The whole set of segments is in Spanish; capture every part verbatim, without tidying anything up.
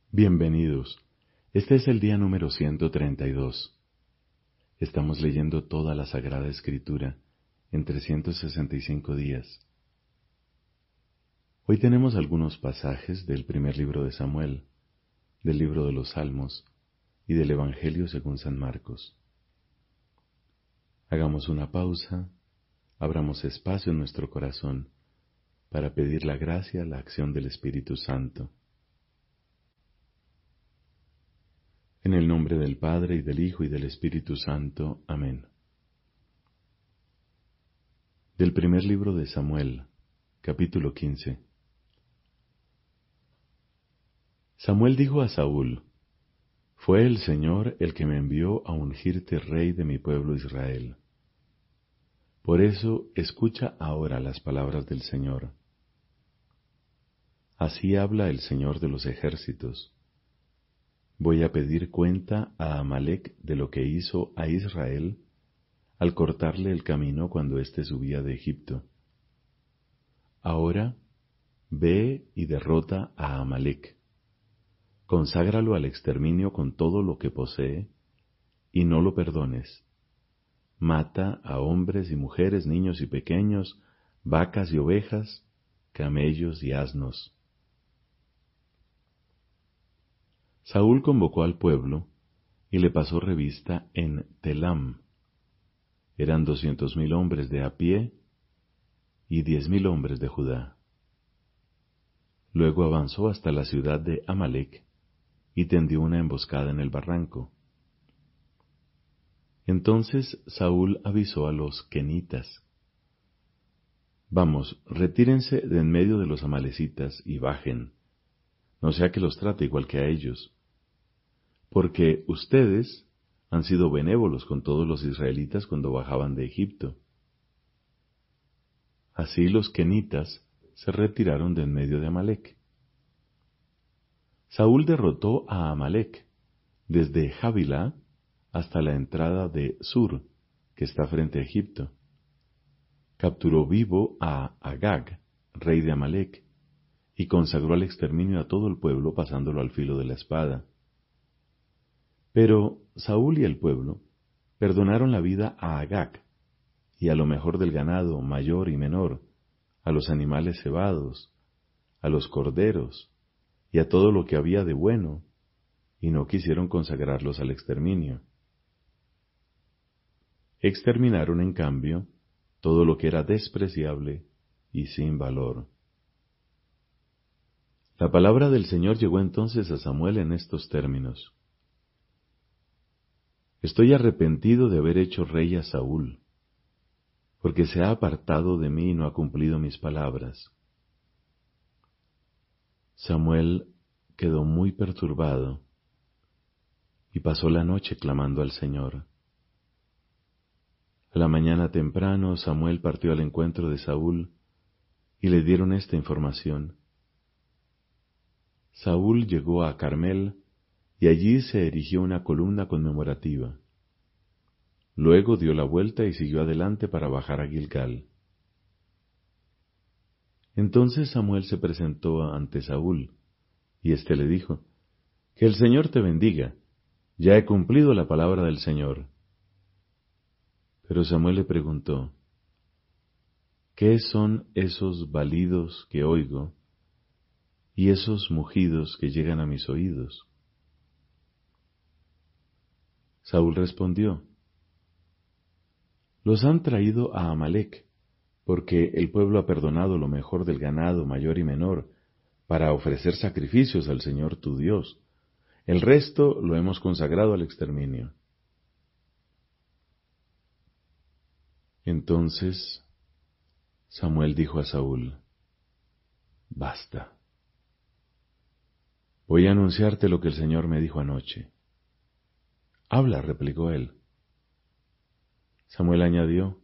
Bienvenidos. Este es el día número ciento treinta y dos. Estamos leyendo toda la Sagrada Escritura en trescientos sesenta y cinco días. Hoy tenemos algunos pasajes del primer libro de Samuel, del libro de los Salmos y del Evangelio según San Marcos. Hagamos una pausa, abramos espacio en nuestro corazón para pedir la gracia, la acción del Espíritu Santo. En el nombre del Padre, y del Hijo, y del Espíritu Santo. Amén. Del primer libro de Samuel, capítulo quince. Samuel dijo a Saúl: Fue el Señor el que me envió a ungirte rey de mi pueblo Israel. Por eso, escucha ahora las palabras del Señor. Así habla el Señor de los ejércitos. Voy a pedir cuenta a Amalec de lo que hizo a Israel al cortarle el camino cuando éste subía de Egipto. Ahora, ve y derrota a Amalec. Conságralo al exterminio con todo lo que posee, y no lo perdones. Mata a hombres y mujeres, niños y pequeños, vacas y ovejas, camellos y asnos. Saúl convocó al pueblo y le pasó revista en Telam. Eran doscientos mil hombres de a pie y diez mil hombres de Judá. Luego avanzó hasta la ciudad de Amalec y tendió una emboscada en el barranco. Entonces Saúl avisó a los quenitas: Vamos, retírense de en medio de los amalecitas y bajen, no sea que los trate igual que a ellos, porque ustedes han sido benévolos con todos los israelitas cuando bajaban de Egipto. Así los quenitas se retiraron de en medio de Amalec. Saúl derrotó a Amalec desde Havilá hasta la entrada de Sur, que está frente a Egipto. Capturó vivo a Agag, rey de Amalec, y consagró al exterminio a todo el pueblo pasándolo al filo de la espada. Pero Saúl y el pueblo perdonaron la vida a Agag, y a lo mejor del ganado, mayor y menor, a los animales cebados, a los corderos, y a todo lo que había de bueno, y no quisieron consagrarlos al exterminio. Exterminaron, en cambio, todo lo que era despreciable y sin valor. La palabra del Señor llegó entonces a Samuel en estos términos: Estoy arrepentido de haber hecho rey a Saúl, porque se ha apartado de mí y no ha cumplido mis palabras. Samuel quedó muy perturbado y pasó la noche clamando al Señor. A la mañana temprano Samuel partió al encuentro de Saúl y le dieron esta información. Saúl llegó a Carmel y allí se erigió una columna conmemorativa. Luego dio la vuelta y siguió adelante para bajar a Gilgal. Entonces Samuel se presentó ante Saúl, y éste le dijo: Que el Señor te bendiga, ya he cumplido la palabra del Señor. Pero Samuel le preguntó: ¿Qué son esos balidos que oigo y esos mugidos que llegan a mis oídos? Saúl respondió: Los han traído a Amalec, porque el pueblo ha perdonado lo mejor del ganado mayor y menor, para ofrecer sacrificios al Señor tu Dios. El resto lo hemos consagrado al exterminio. Entonces Samuel dijo a Saúl: Basta. Voy a anunciarte lo que el Señor me dijo anoche. Habla, replicó él. Samuel añadió: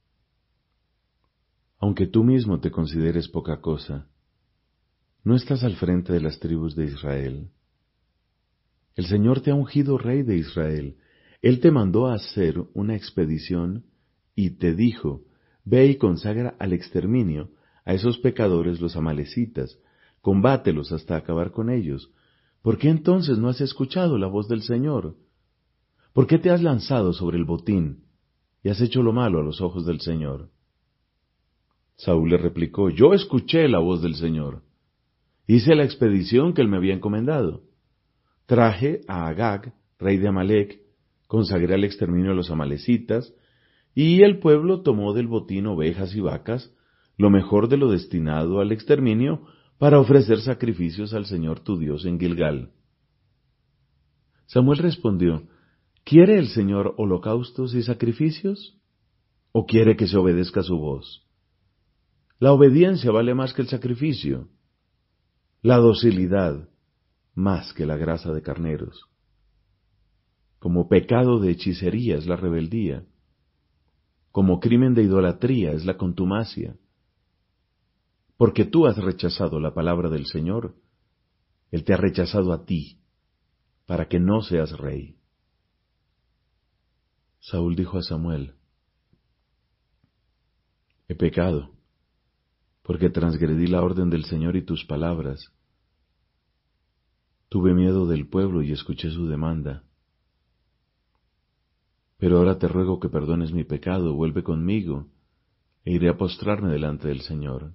Aunque tú mismo te consideres poca cosa, ¿no estás al frente de las tribus de Israel? El Señor te ha ungido rey de Israel. Él te mandó a hacer una expedición y te dijo: Ve y consagra al exterminio a esos pecadores los amalecitas, combátelos hasta acabar con ellos, ¿Por qué entonces no has escuchado la voz del Señor? ¿Por qué te has lanzado sobre el botín y has hecho lo malo a los ojos del Señor? Saúl le replicó, yo escuché la voz del Señor. Hice la expedición que él me había encomendado. Traje a Agag, rey de Amalec, consagré al exterminio de los amalecitas, y el pueblo tomó del botín ovejas y vacas, lo mejor de lo destinado al exterminio, para ofrecer sacrificios al Señor tu Dios en Gilgal. Samuel respondió, ¿quiere el Señor holocaustos y sacrificios? ¿O quiere que se obedezca su voz? La obediencia vale más que el sacrificio, la docilidad más que la grasa de carneros. Como pecado de hechicería es la rebeldía, como crimen de idolatría es la contumacia. Porque tú has rechazado la palabra del Señor, Él te ha rechazado a ti, para que no seas rey. Saúl dijo a Samuel, he pecado, porque transgredí la orden del Señor y tus palabras. Tuve miedo del pueblo y escuché su demanda. Pero ahora te ruego que perdones mi pecado, vuelve conmigo, e iré a postrarme delante del Señor.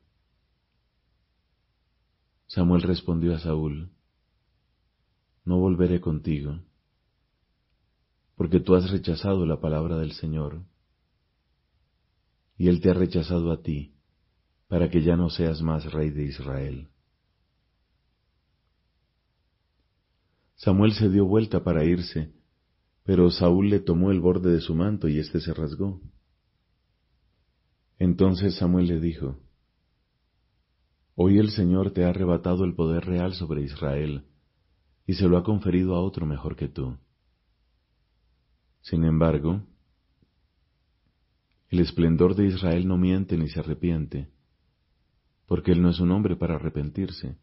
Samuel respondió a Saúl, no volveré contigo, porque tú has rechazado la palabra del Señor, y Él te ha rechazado a ti, para que ya no seas más rey de Israel. Samuel se dio vuelta para irse, pero Saúl le tomó el borde de su manto y éste se rasgó. Entonces Samuel le dijo, hoy el Señor te ha arrebatado el poder real sobre Israel, y se lo ha conferido a otro mejor que tú. Sin embargo, el esplendor de Israel no miente ni se arrepiente, porque él no es un hombre para arrepentirse.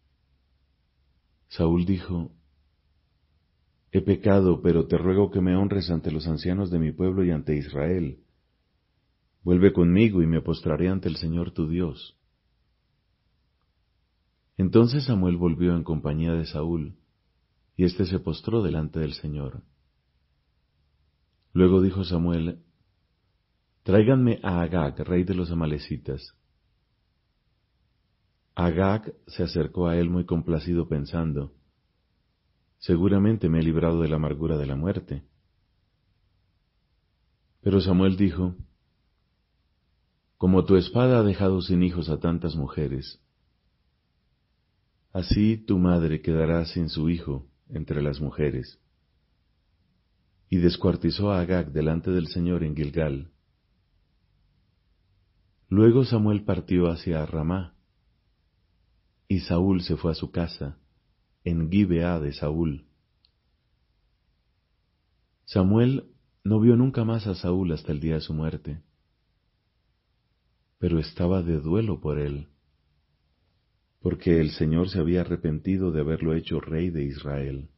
Saúl dijo, he pecado, pero te ruego que me honres ante los ancianos de mi pueblo y ante Israel. Vuelve conmigo y me postraré ante el Señor tu Dios. Entonces Samuel volvió en compañía de Saúl, y éste se postró delante del Señor. Luego dijo Samuel, tráiganme a Agag, rey de los amalecitas. Agag se acercó a él muy complacido pensando, seguramente me he librado de la amargura de la muerte. Pero Samuel dijo, como tu espada ha dejado sin hijos a tantas mujeres, así tu madre quedará sin su hijo entre las mujeres. Y descuartizó a Agag delante del Señor en Gilgal. Luego Samuel partió hacia Ramá, y Saúl se fue a su casa, en Gibeá de Saúl. Samuel no vio nunca más a Saúl hasta el día de su muerte, pero estaba de duelo por él, porque el Señor se había arrepentido de haberlo hecho rey de Israel.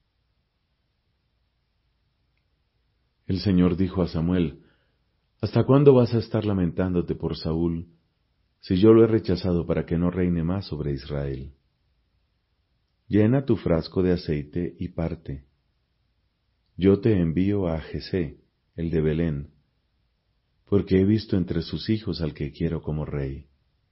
El Señor dijo a Samuel, ¿hasta cuándo vas a estar lamentándote por Saúl, si yo lo he rechazado para que no reine más sobre Israel? Llena tu frasco de aceite y parte. Yo te envío a Jesé, el de Belén, porque he visto entre sus hijos al que quiero como rey.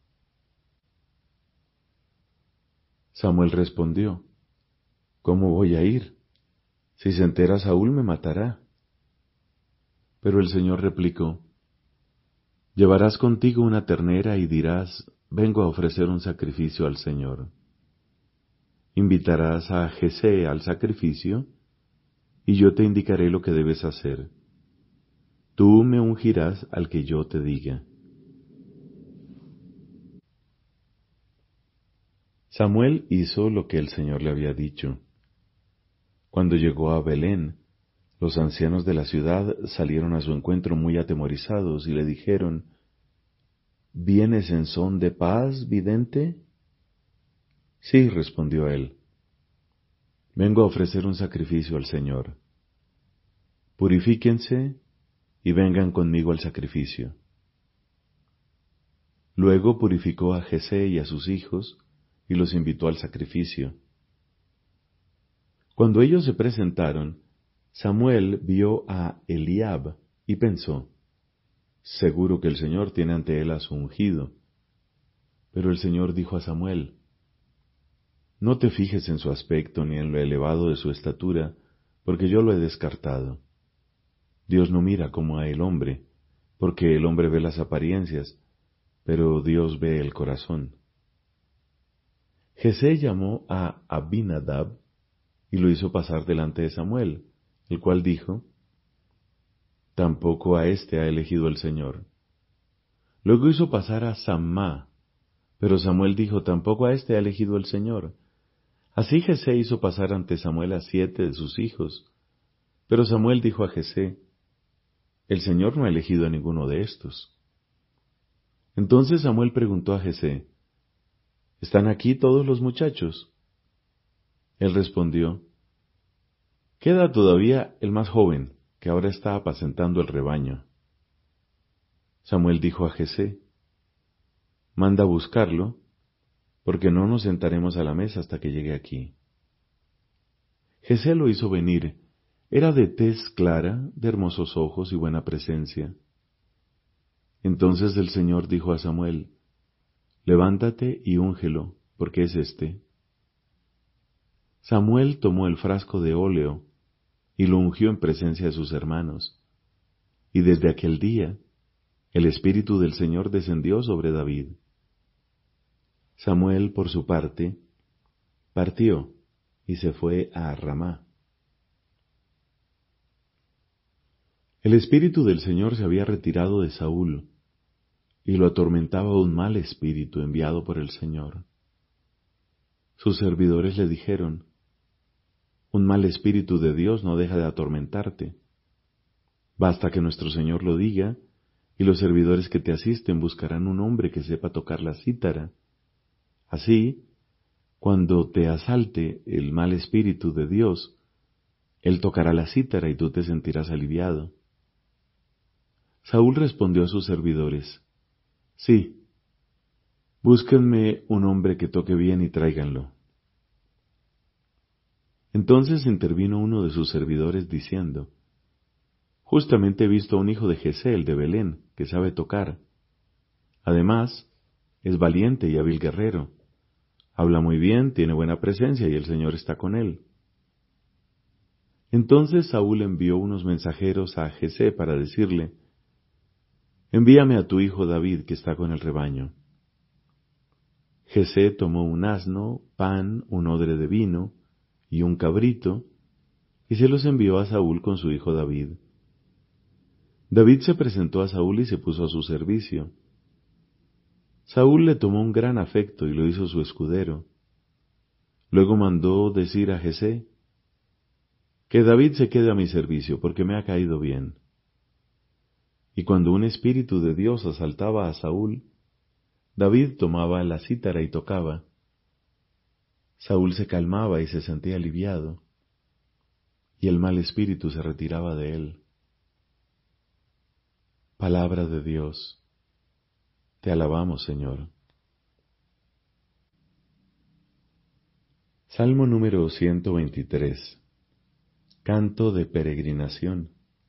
Samuel respondió, ¿cómo voy a ir? Si se entera Saúl me matará. Pero el Señor replicó, llevarás contigo una ternera y dirás, vengo a ofrecer un sacrificio al Señor. Invitarás a Jesé al sacrificio, y yo te indicaré lo que debes hacer. Tú me ungirás al que yo te diga. Samuel hizo lo que el Señor le había dicho. Cuando llegó a Belén, los ancianos de la ciudad salieron a su encuentro muy atemorizados y le dijeron, ¿vienes en son de paz, vidente? Sí, respondió él. Vengo a ofrecer un sacrificio al Señor. Purifíquense y vengan conmigo al sacrificio. Luego purificó a Jesé y a sus hijos y los invitó al sacrificio. Cuando ellos se presentaron, Samuel vio a Eliab y pensó, seguro que el Señor tiene ante él a su ungido. Pero el Señor dijo a Samuel, no te fijes en su aspecto ni en lo elevado de su estatura, porque yo lo he descartado. Dios no mira como a el hombre, porque el hombre ve las apariencias, pero Dios ve el corazón. Jesé llamó a Abinadab y lo hizo pasar delante de Samuel, el cual dijo, tampoco a éste ha elegido el Señor. Luego hizo pasar a Samá, pero Samuel dijo, tampoco a éste ha elegido el Señor. Así Jesé hizo pasar ante Samuel a siete de sus hijos, pero Samuel dijo a Jesé, el Señor no ha elegido a ninguno de estos. Entonces Samuel preguntó a Jesé, ¿están aquí todos los muchachos? Él respondió, queda todavía el más joven, que ahora está apacentando el rebaño. Samuel dijo a Jesé, manda a buscarlo, porque no nos sentaremos a la mesa hasta que llegue aquí. Jesé lo hizo venir, era de tez clara, de hermosos ojos y buena presencia. Entonces el Señor dijo a Samuel, levántate y úngelo, porque es éste. Samuel tomó el frasco de óleo y lo ungió en presencia de sus hermanos, y desde aquel día el Espíritu del Señor descendió sobre David. Samuel, por su parte, partió y se fue a Ramá. El Espíritu del Señor se había retirado de Saúl, y lo atormentaba un mal espíritu enviado por el Señor. Sus servidores le dijeron, un mal espíritu de Dios no deja de atormentarte. Basta que nuestro Señor lo diga, y los servidores que te asisten buscarán un hombre que sepa tocar la cítara. Así, cuando te asalte el mal espíritu de Dios, Él tocará la cítara y tú te sentirás aliviado. Saúl respondió a sus servidores, sí, búsquenme un hombre que toque bien y tráiganlo. Entonces intervino uno de sus servidores diciendo, justamente he visto a un hijo de Jesé, el de Belén, que sabe tocar. Además, es valiente y hábil guerrero. Habla muy bien, tiene buena presencia y el Señor está con él. Entonces Saúl envió unos mensajeros a Jesé para decirle, envíame a tu hijo David que está con el rebaño. Jesé tomó un asno, pan, un odre de vino y un cabrito, y se los envió a Saúl con su hijo David. David se presentó a Saúl y se puso a su servicio. Saúl le tomó un gran afecto y lo hizo su escudero. Luego mandó decir a Jesé, que David se quede a mi servicio, porque me ha caído bien. Y cuando un espíritu de Dios asaltaba a Saúl, David tomaba la cítara y tocaba. Saúl se calmaba y se sentía aliviado, y el mal espíritu se retiraba de él. Palabra de Dios. Te alabamos, Señor. Salmo número ciento veintitrés. Canto de peregrinación.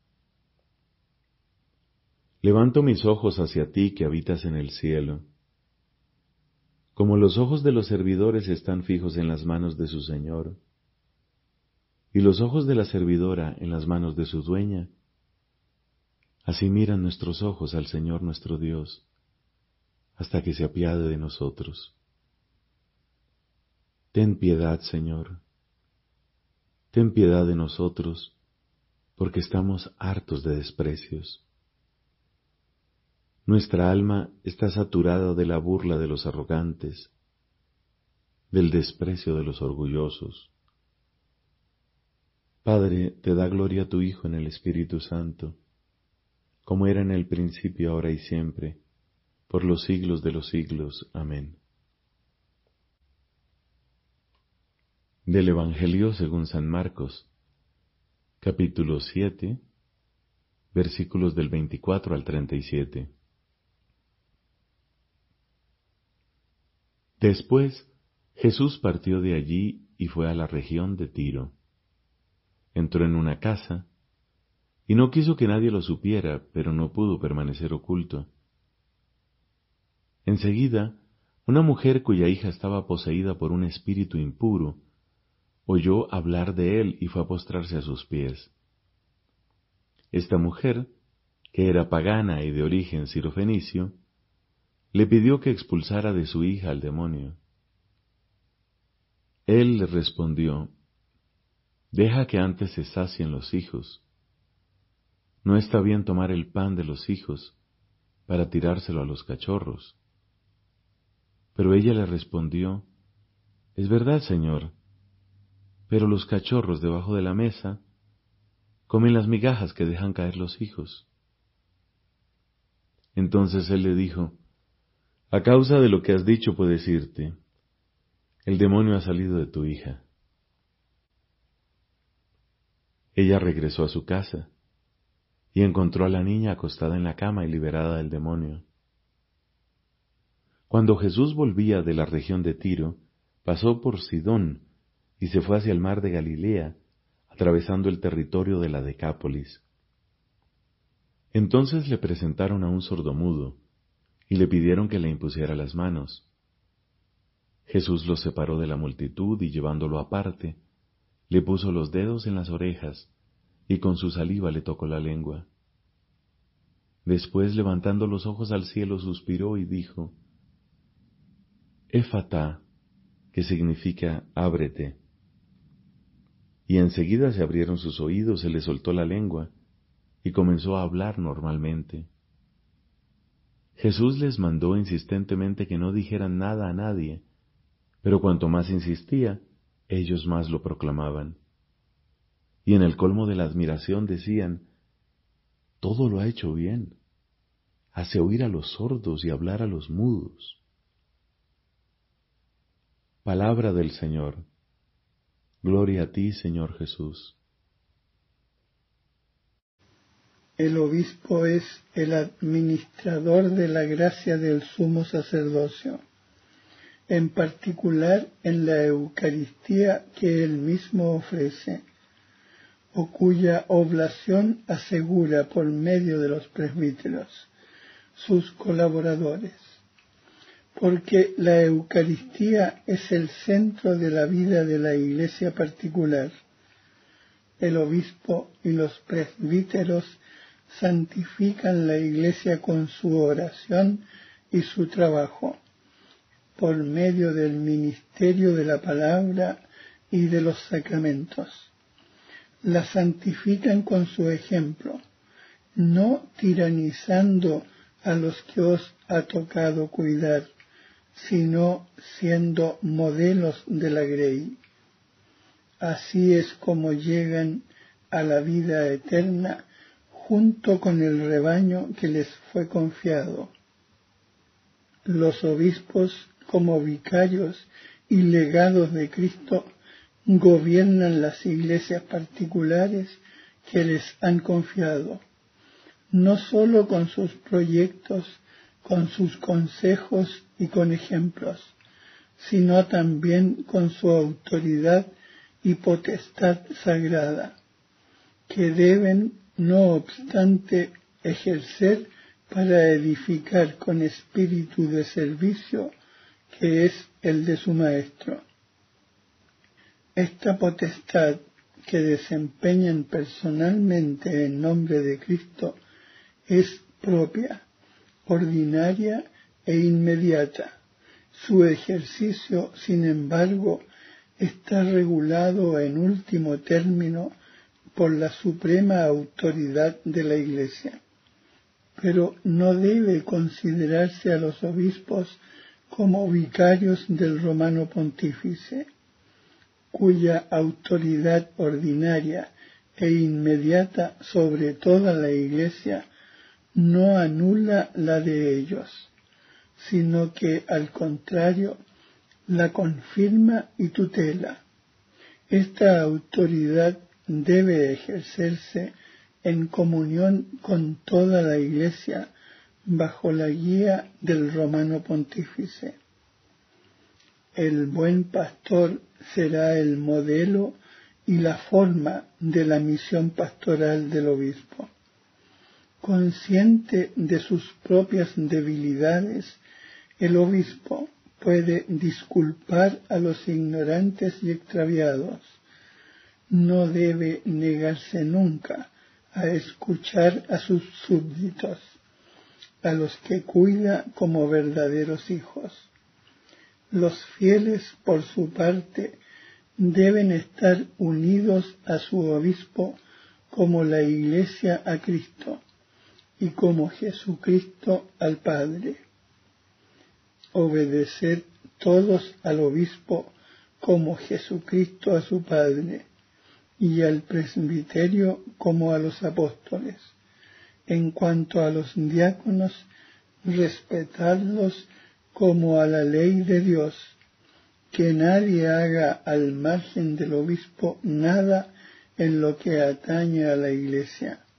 Levanto mis ojos hacia ti que habitas en el cielo. Como los ojos de los servidores están fijos en las manos de su Señor, y los ojos de la servidora en las manos de su dueña, así miran nuestros ojos al Señor nuestro Dios, hasta que se apiade de nosotros. Ten piedad, Señor. Ten piedad de nosotros, porque estamos hartos de desprecios. Nuestra alma está saturada de la burla de los arrogantes, del desprecio de los orgullosos. Padre, te da gloria a tu Hijo en el Espíritu Santo, como era en el principio, ahora y siempre, por los siglos de los siglos. Amén. Del Evangelio según San Marcos, capítulo siete, versículos del veinticuatro al treinta y siete. Después, Jesús partió de allí y fue a la región de Tiro. entró en una casa, y no quiso que nadie lo supiera, pero no pudo permanecer oculto. Enseguida, una mujer cuya hija estaba poseída por un espíritu impuro, oyó hablar de él y fue a postrarse a sus pies. Esta mujer, que era pagana y de origen sirofenicio, le pidió que expulsara de su hija al demonio. Él le respondió: «Deja que antes se sacien los hijos. No está bien tomar el pan de los hijos para tirárselo a los cachorros». Pero ella le respondió: «Es verdad, Señor, pero los cachorros debajo de la mesa comen las migajas que dejan caer los hijos». Entonces él le dijo: «A causa de lo que has dicho puedes irte. El demonio ha salido de tu hija». Ella regresó a su casa y encontró a la niña acostada en la cama y liberada del demonio. Cuando Jesús volvía de la región de Tiro, pasó por Sidón y se fue hacia el mar de Galilea, atravesando el territorio de la Decápolis. Entonces le presentaron a un sordomudo y le pidieron que le impusiera las manos. Jesús lo separó de la multitud y, llevándolo aparte, le puso los dedos en las orejas y con su saliva le tocó la lengua. Después, levantando los ojos al cielo, suspiró y dijo: «Éfatá», que significa ábrete. Y enseguida se abrieron sus oídos, se le soltó la lengua y comenzó a hablar normalmente. Jesús les mandó insistentemente que no dijeran nada a nadie, pero cuanto más insistía, ellos más lo proclamaban. Y en el colmo de la admiración decían: «Todo lo ha hecho bien. Hace oír a los sordos y hablar a los mudos». Palabra del Señor. Gloria a ti, Señor Jesús. El obispo es el administrador de la gracia del sumo sacerdocio, en particular en la Eucaristía que él mismo ofrece, o cuya oblación asegura por medio de los presbíteros, sus colaboradores. Porque la Eucaristía es el centro de la vida de la Iglesia particular. El obispo y los presbíteros santifican la Iglesia con su oración y su trabajo, por medio del ministerio de la palabra y de los sacramentos. La santifican con su ejemplo, no tiranizando a los que os ha tocado cuidar, sino siendo modelos de la grey. Así es como llegan a la vida eterna junto con el rebaño que les fue confiado. Los obispos, como vicarios y legados de Cristo, gobiernan las iglesias particulares que les han confiado, no sólo con sus proyectos, con sus consejos y con ejemplos, sino también con su autoridad y potestad sagrada, que deben, no obstante, ejercer para edificar con espíritu de servicio, que es el de su Maestro. Esta potestad que desempeñan personalmente en nombre de Cristo es propia, ordinaria e inmediata. Su ejercicio, sin embargo, está regulado en último término por la suprema autoridad de la Iglesia. Pero no debe considerarse a los obispos como vicarios del Romano Pontífice, cuya autoridad ordinaria e inmediata sobre toda la Iglesia no anula la de ellos, sino que, al contrario, la confirma y tutela. Esta autoridad debe ejercerse en comunión con toda la Iglesia bajo la guía del Romano Pontífice. El buen pastor será el modelo y la forma de la misión pastoral del obispo. Consciente de sus propias debilidades, el obispo puede disculpar a los ignorantes y extraviados. No debe negarse nunca a escuchar a sus súbditos, a los que cuida como verdaderos hijos. Los fieles, por su parte, deben estar unidos a su obispo como la Iglesia a Cristo y como Jesucristo al Padre. Obedecer todos al obispo como Jesucristo a su Padre y al presbiterio como a los apóstoles. En cuanto a los diáconos, respetarlos como a la ley de Dios, que nadie haga al margen del obispo nada en lo que atañe a la Iglesia,